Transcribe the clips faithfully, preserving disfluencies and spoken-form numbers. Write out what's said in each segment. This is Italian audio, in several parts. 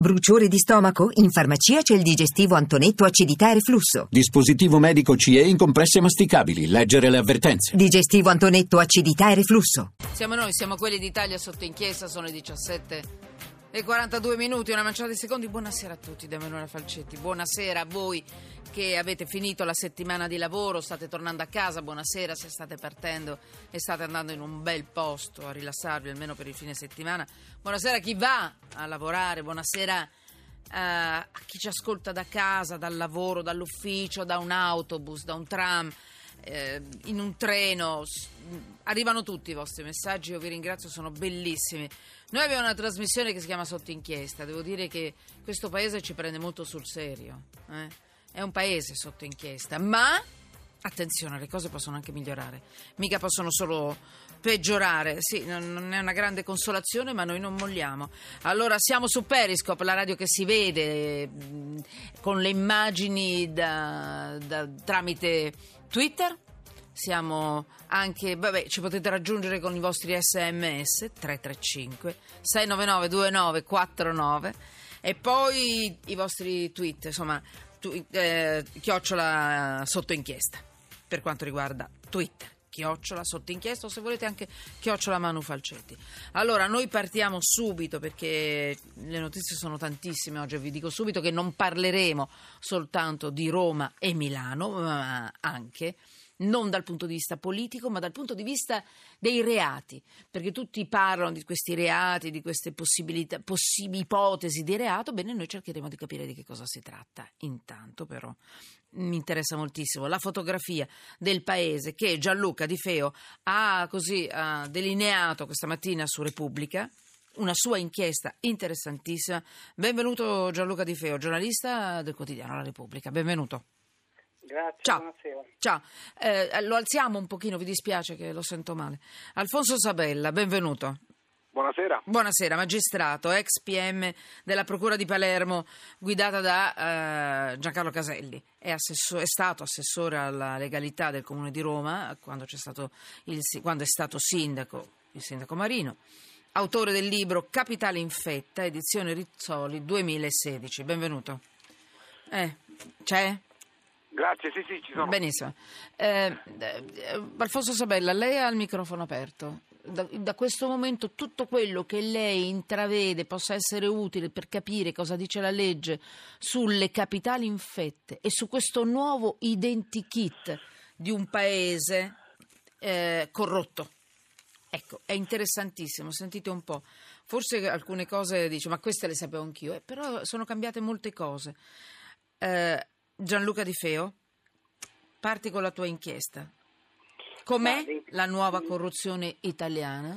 Bruciore di stomaco? In farmacia c'è il digestivo Antonetto acidità e reflusso. Dispositivo medico C E in compresse masticabili. Leggere le avvertenze. Digestivo Antonetto acidità e reflusso. Siamo noi, siamo quelli d'Italia sotto inchiesta, sono le diciassette e quarantadue minuti, una manciata di secondi. Buonasera a tutti da Emanuela Falcetti, buonasera a voi che avete finito la settimana di lavoro, state tornando a casa, buonasera se state partendo e state andando in un bel posto a rilassarvi almeno per il fine settimana, buonasera a chi va a lavorare, buonasera a, a chi ci ascolta da casa, dal lavoro, dall'ufficio, da un autobus, da un tram, eh, in un treno. Arrivano tutti i vostri messaggi, io vi ringrazio, sono bellissimi. Noi abbiamo una trasmissione che si chiama Sotto Inchiesta, devo dire che questo paese ci prende molto sul serio, eh? È un paese sotto inchiesta, ma attenzione, le cose possono anche migliorare, mica possono solo peggiorare. Sì, non è una grande consolazione, ma noi non molliamo. Allora siamo su Periscope, la radio che si vede con le immagini da, da, tramite Twitter. Siamo anche, vabbè, ci potete raggiungere con i vostri sms tre tre cinque sei nove nove due nove quattro nove e poi i vostri tweet, insomma, tu, eh, chiocciola sotto inchiesta per quanto riguarda Twitter, chiocciola sotto inchiesta, o se volete anche chiocciola Manu Falcetti. Allora noi partiamo subito perché le notizie sono tantissime oggi, vi dico subito che non parleremo soltanto di Roma e Milano, ma anche non dal punto di vista politico, ma dal punto di vista dei reati, perché tutti parlano di questi reati, di queste possibilità, possibili ipotesi di reato. Bene, noi cercheremo di capire di che cosa si tratta. Intanto però mi interessa moltissimo la fotografia del paese che Gianluca Di Feo ha così ha delineato questa mattina su Repubblica, una sua inchiesta interessantissima. Benvenuto Gianluca Di Feo, giornalista del quotidiano La Repubblica, benvenuto. Grazie, ciao. buonasera. Ciao, eh, lo alziamo un pochino, vi dispiace che lo sento male. Alfonso Sabella, benvenuto. Buonasera. Buonasera, magistrato, ex P M della Procura di Palermo, guidata da eh, Giancarlo Caselli. È, assessor- è stato assessore alla legalità del Comune di Roma quando, c'è stato il, quando è stato sindaco, il sindaco Marino. Autore del libro Capitale Infetta, edizione Rizzoli duemilasedici. Benvenuto. Eh, c'è? Grazie, sì, sì, ci sono. Benissimo. Eh, eh, Alfonso Sabella, lei ha il microfono aperto. Da, da questo momento tutto quello che lei intravede possa essere utile per capire cosa dice la legge sulle capitali infette e su questo nuovo identikit di un paese eh, corrotto. Ecco, è interessantissimo, sentite un po'. Forse alcune cose dice, ma queste le sapevo anch'io, eh, però sono cambiate molte cose. Eh, Gianluca Di Feo, parti con la tua inchiesta. Com'è la nuova corruzione italiana?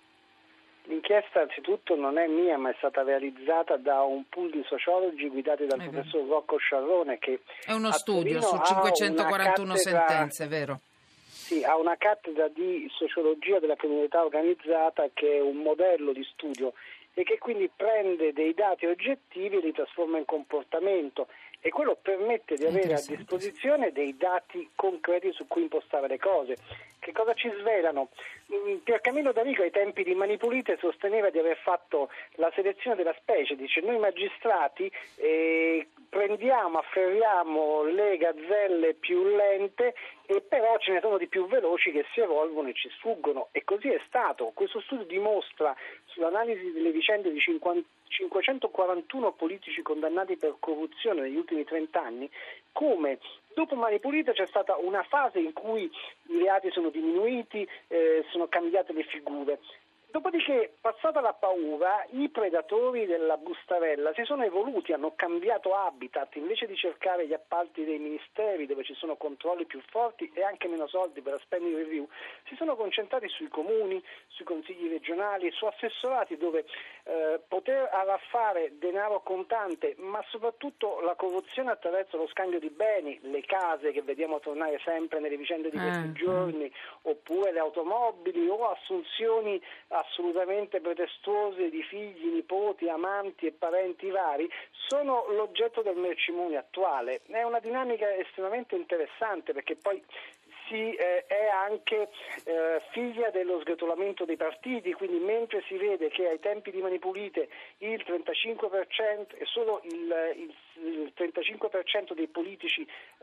L'inchiesta anzitutto non è mia, ma è stata realizzata da un pool di sociologi guidati dal È professor Rocco Sciarrone, che è uno a studio Torino su ha cinquecentoquarantuno una cattedra, sentenze, vero? Sì, ha una cattedra di sociologia della criminalità organizzata che è un modello di studio e che quindi prende dei dati oggettivi e li trasforma in comportamento, e quello permette di avere a disposizione dei dati concreti su cui impostare le cose. Che cosa ci svelano? Piercamillo Davigo ai tempi di Mani Pulite sosteneva di aver fatto la selezione della specie, dice: noi magistrati eh, prendiamo, afferriamo le gazzelle più lente e però ce ne sono di più veloci che si evolvono e ci sfuggono, e così è stato. Questo studio dimostra, sull'analisi delle vicende di cinquecentoquarantuno politici condannati per corruzione negli ultimi trent'anni, come dopo Mani Pulite c'è stata una fase in cui i reati sono diminuiti, eh, sono cambiate le figure. Dopodiché, passata la paura, i predatori della bustarella si sono evoluti, hanno cambiato habitat. Invece di cercare gli appalti dei ministeri dove ci sono controlli più forti e anche meno soldi per la spending review, si sono concentrati sui comuni, sui consigli regionali, su assessorati dove eh, poter arraffare denaro contante, ma soprattutto la corruzione attraverso lo scambio di beni, le case che vediamo tornare sempre nelle vicende di questi mm. giorni, oppure le automobili o assunzioni assolutamente pretestuose di figli, nipoti, amanti e parenti vari, sono l'oggetto del mercimonio attuale. È una dinamica estremamente interessante, perché poi si, eh, è anche eh, figlia dello sgretolamento dei partiti, quindi mentre si vede che ai tempi di Mani Pulite il trentacinque per cento e solo il, il, il trentacinque per cento dei politici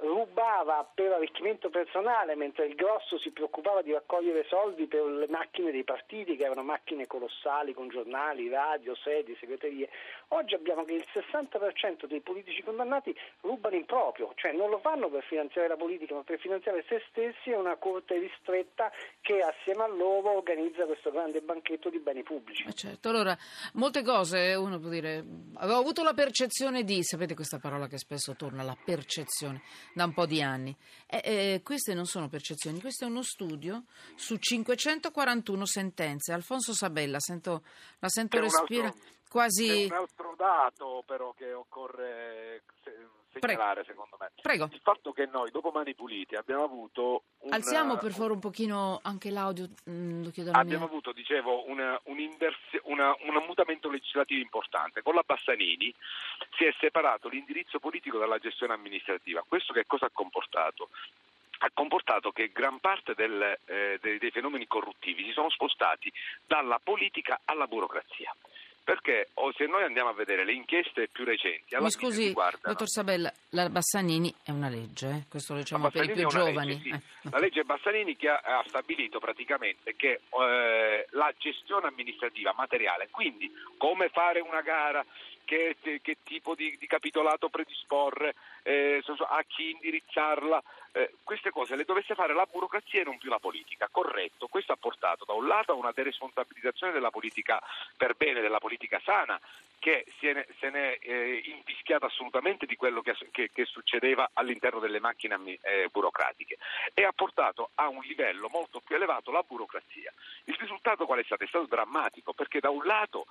rubava per arricchimento personale, mentre il grosso si preoccupava di raccogliere soldi per le macchine dei partiti, che erano macchine colossali con giornali, radio, sedi, segreterie. Oggi abbiamo che il sessanta per cento dei politici condannati rubano in proprio, cioè non lo fanno per finanziare la politica ma per finanziare se stessi e una corte ristretta che assieme a loro organizza questo grande banchetto di beni pubblici. Eh certo, allora molte cose uno può dire, avevo avuto la percezione di, sapete questa parola che spesso torna, la percezione, da un po' di anni. Eh, eh, queste non sono percezioni, questo è uno studio su cinquecentoquarantuno sentenze. Alfonso Sabella, sento, la sento respirare quasi... C'è un altro dato però che occorre segnalare, Prego. secondo me. Prego. Il fatto che noi dopo Mani Pulite abbiamo avuto un, alziamo per favore un pochino anche l'audio, mh, lo chiedo alla abbiamo mia... avuto, dicevo, una, un'inversione, una, un mutamento legislativo importante. Con la Bassanini si è separato l'indirizzo politico dalla gestione amministrativa. Questo che cosa ha comportato? Ha comportato che gran parte del, eh, dei, dei fenomeni corruttivi si sono spostati dalla politica alla burocrazia. Perché o se noi andiamo a vedere le inchieste più recenti, alla mi scusi, riguardano... dottor Sabella, la Bassanini è una legge, eh? Questo lo diciamo per i più giovani. Legge, sì. eh. La legge Bassanini che ha, ha stabilito praticamente che eh, la gestione amministrativa materiale, quindi come fare una gara, che, che tipo di, di capitolato predisporre, eh, a chi indirizzarla, eh, queste cose le dovesse fare la burocrazia e non più la politica, corretto. Questo ha portato da un lato a una deresponsabilizzazione della politica per bene, della politica sana, che se ne, se ne è eh, infischiata assolutamente di quello che, che, che succedeva all'interno delle macchine eh, burocratiche, e ha portato a un livello molto più elevato la burocrazia. Il risultato qual è stato? È stato drammatico, perché da un lato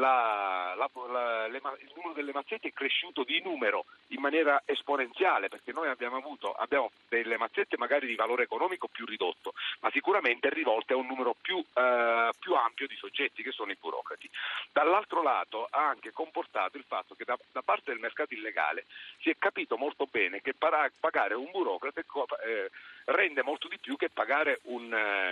la, la, la, le, il numero delle mazzette è cresciuto di numero in maniera esponenziale, perché noi abbiamo avuto abbiamo delle mazzette magari di valore economico più ridotto, ma sicuramente rivolte a un numero più, eh, più ampio di soggetti, che sono i burocrati. Dall'altro lato ha anche comportato il fatto che da, da parte del mercato illegale si è capito molto bene che para, pagare un burocrate eh, rende molto di più che pagare un, eh,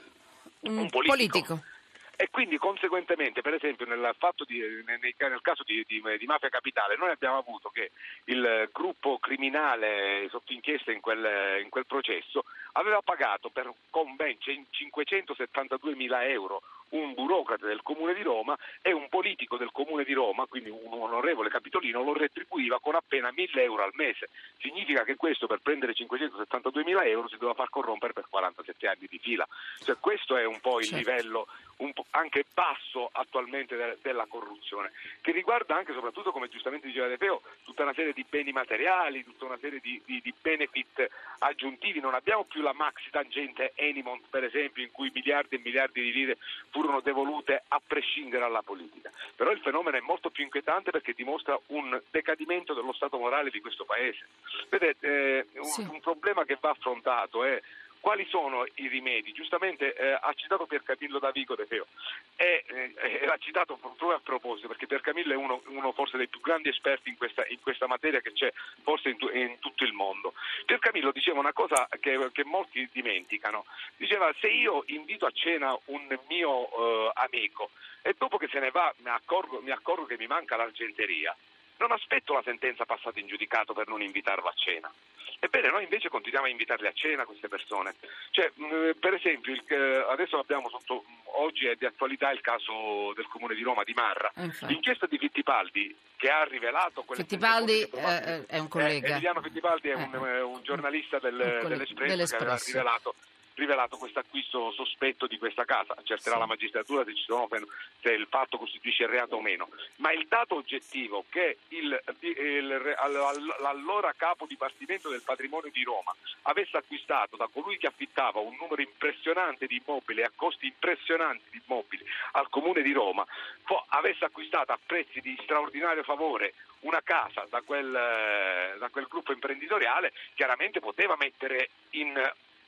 un, un politico. politico. E quindi conseguentemente, per esempio, nel, fatto di, nel, nel caso di, di, di Mafia Capitale, noi abbiamo avuto che il gruppo criminale sotto inchiesta in quel, in quel processo aveva pagato per, con ben cinquecentosettantaduemila euro un burocrate del Comune di Roma, e un politico del Comune di Roma, quindi un onorevole capitolino, lo retribuiva con appena mille euro al mese. Significa che questo, per prendere cinquecentosettantaduemila euro, si doveva far corrompere per quarantasette anni di fila. Cioè, questo è un po' il certo. livello un po' anche basso attualmente de- della corruzione, che riguarda anche, soprattutto, come giustamente diceva De Feo, tutta una serie di beni materiali, tutta una serie di, di, di benefit aggiuntivi. Non abbiamo più la maxi tangente Enimont, per esempio, in cui miliardi e miliardi di lire furono devolute a prescindere dalla politica. Però il fenomeno è molto più inquietante, perché dimostra un decadimento dello stato morale di questo paese. Vedete, eh, un, sì. un problema che va affrontato è quali sono i rimedi. Giustamente eh, ha citato Piercamillo Davigo De Feo, e eh, l'ha citato proprio a proposito, perché Piercamillo è uno, uno forse dei più grandi esperti in questa, in questa materia che c'è forse in, tu, in tutto il mondo. Piercamillo diceva una cosa che, che molti dimenticano, diceva: se io invito a cena un mio eh, amico e dopo che se ne va mi accorgo, mi accorgo che mi manca l'argenteria, non aspetto la sentenza passata in giudicato per non invitarlo a cena. Ebbene, noi invece continuiamo a invitarle a cena queste persone. Cioè, mh, per esempio, il, eh, adesso abbiamo sotto, oggi è di attualità il caso del Comune di Roma, di Marra. Infatti. L'inchiesta di Fittipaldi, che ha rivelato... Fittipaldi eh, è un collega. Eh, Emiliano Fittipaldi è eh, un, eh, un giornalista del, un dell'Espresso, dell'Espresso che aveva rivelato... rivelato questo acquisto sospetto di questa casa. Accerterà sì. la magistratura se, ci sono, se il fatto costituisce reato o meno, ma il dato oggettivo che il, il, l'allora capo dipartimento del patrimonio di Roma avesse acquistato da colui che affittava un numero impressionante di immobili a costi impressionanti di immobili al Comune di Roma, avesse acquistato a prezzi di straordinario favore una casa da quel, da quel gruppo imprenditoriale, chiaramente poteva mettere in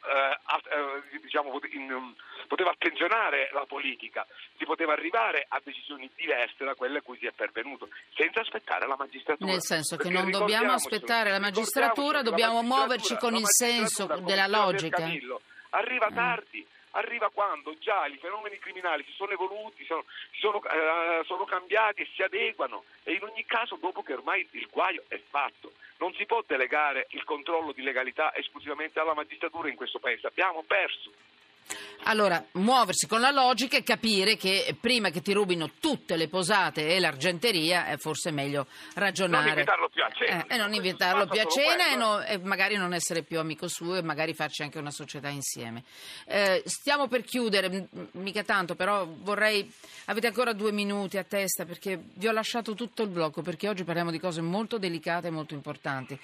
eh, eh, diciamo, in, poteva attenzionare la politica, si poteva arrivare a decisioni diverse da quelle a cui si è pervenuto, senza aspettare la magistratura. Nel senso che Perché non dobbiamo aspettare la magistratura, dobbiamo la muoverci con il senso della logica. Camillo, arriva tardi. Arriva quando già i fenomeni criminali si sono evoluti, sono, sono, eh, sono cambiati e si adeguano, e in ogni caso dopo che ormai il guaio è fatto. Non si può delegare il controllo di legalità esclusivamente alla magistratura in questo paese, abbiamo perso. Allora, muoversi con la logica e capire che prima che ti rubino tutte le posate e l'argenteria è forse meglio ragionare. Non invitarlo più a cena. Eh, e non invitarlo più a cena e, no, e magari non essere più amico suo e magari farci anche una società insieme. Eh, stiamo per chiudere, m- mica tanto, però vorrei... Avete ancora due minuti a testa perché vi ho lasciato tutto il blocco, perché oggi parliamo di cose molto delicate e molto importanti.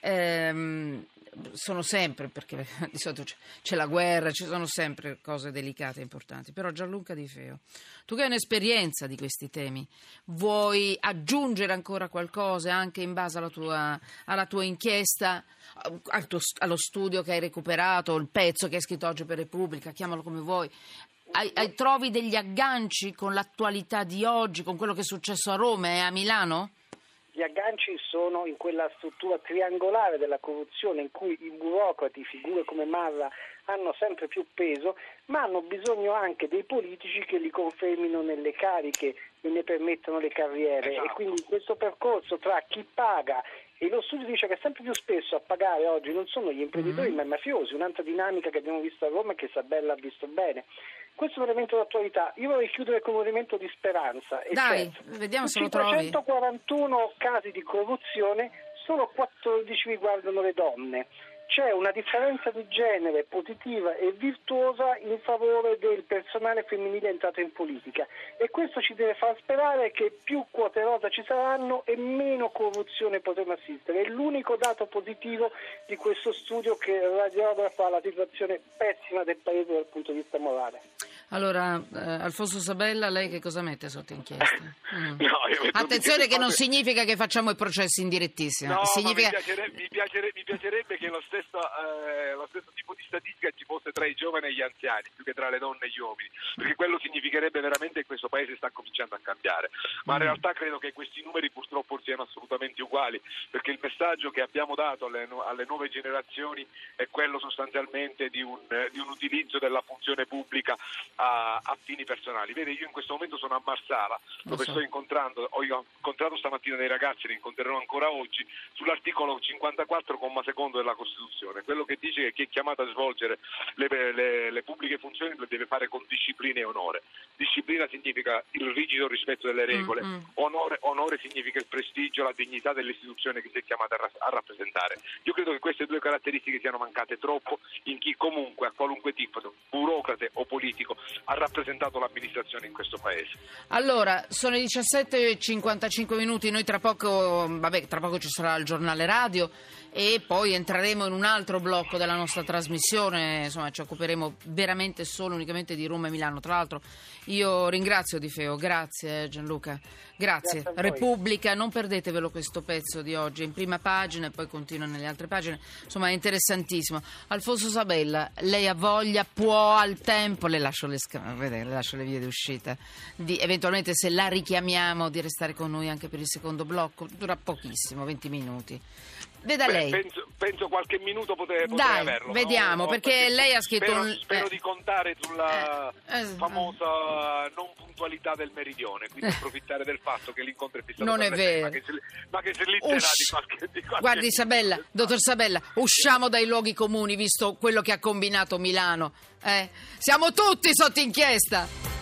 Ehm... Sono sempre, perché di solito c'è, c'è la guerra, ci sono sempre cose delicate e importanti, però Gianluca Di Feo, tu che hai un'esperienza di questi temi, vuoi aggiungere ancora qualcosa anche in base alla tua, alla tua inchiesta, al tuo, allo studio che hai recuperato, il pezzo che hai scritto oggi per Repubblica, chiamalo come vuoi, hai, hai, trovi degli agganci con l'attualità di oggi, con quello che è successo a Roma e a Milano? Gli agganci sono in quella struttura triangolare della corruzione in cui i burocrati, figure come Marra, hanno sempre più peso, ma hanno bisogno anche dei politici che li confermino nelle cariche e ne permettano le carriere. Esatto. E quindi questo percorso tra chi paga, e lo studio dice che sempre più spesso a pagare oggi non sono gli imprenditori mm-hmm. ma i mafiosi, un'altra dinamica che abbiamo visto a Roma e che Sabella ha visto bene. Questo è un elemento d'attualità. Io vorrei chiudere con un elemento di speranza. E Dai, cioè, vediamo se lo trovi. cinquecentoquarantuno casi di corruzione, solo quattordici riguardano le donne. C'è una differenza di genere positiva e virtuosa in favore del personale femminile entrato in politica, e questo ci deve far sperare che più quote rosa ci saranno e meno corruzione potremo assistere. È l'unico dato positivo di questo studio che radiografa la situazione pessima del paese dal punto di vista morale. Allora, eh, Alfonso Sabella, lei che cosa mette sotto inchiesta? Mm. No, Attenzione che non significa che facciamo i processi indirettissimi. No, significa... mi, piacerebbe, mi, piacerebbe, mi piacerebbe che lo stesso, eh, lo stesso tipo di statistica ci fosse tra i giovani e gli anziani, più che tra le donne e gli uomini, perché quello significherebbe veramente che questo paese sta cominciando a cambiare. Ma in realtà credo che questi numeri purtroppo siano assolutamente uguali, perché il messaggio che abbiamo dato alle, alle nuove generazioni è quello sostanzialmente di un, di un utilizzo della funzione pubblica A, a fini personali. Vede, io in questo momento sono a Marsala, dove so. sto incontrando, ho incontrato stamattina dei ragazzi, li incontrerò ancora oggi, sull'articolo cinquantaquattro comma secondo della Costituzione, quello che dice che chi è chiamato a svolgere le, le, le pubbliche funzioni lo deve fare con disciplina e onore. Disciplina significa il rigido rispetto delle regole, mm-hmm. onore, onore significa il prestigio, la dignità dell'istituzione che si è chiamata a, a rappresentare. Io credo che queste due caratteristiche siano mancate troppo in chi comunque, a qualunque tipo, burocrate o politico, ha rappresentato l'amministrazione in questo paese. Allora, sono i diciassette e cinquantacinque minuti, noi tra poco, vabbè, tra poco ci sarà il giornale radio e poi entreremo in un altro blocco della nostra trasmissione, insomma ci occuperemo veramente solo unicamente di Roma e Milano. Tra l'altro io ringrazio Di Feo, grazie Gianluca, grazie. grazie Repubblica, non perdetevelo questo pezzo di oggi, in prima pagina e poi continua nelle altre pagine, insomma è interessantissimo. Alfonso Sabella, lei ha voglia, può, al tempo, le lascio le, sc- le, lascio le vie d'uscita, di, eventualmente se la richiamiamo di restare con noi anche per il secondo blocco, dura pochissimo, venti minuti. Veda Beh, lei. Penso, penso qualche minuto potrei, potrei Dai, averlo. vediamo, no? perché, perché lei ha scritto spero, un... spero eh. di contare sulla eh, eh, famosa non puntualità del meridione, quindi approfittare del fatto che l'incontro è fissato non per è le sei, vero. ma che si, ma che si litterà Ush. di qualche, di qualche Guardi Sabella, dottor Sabella, usciamo dai luoghi comuni visto quello che ha combinato Milano. Eh? Siamo tutti sotto inchiesta.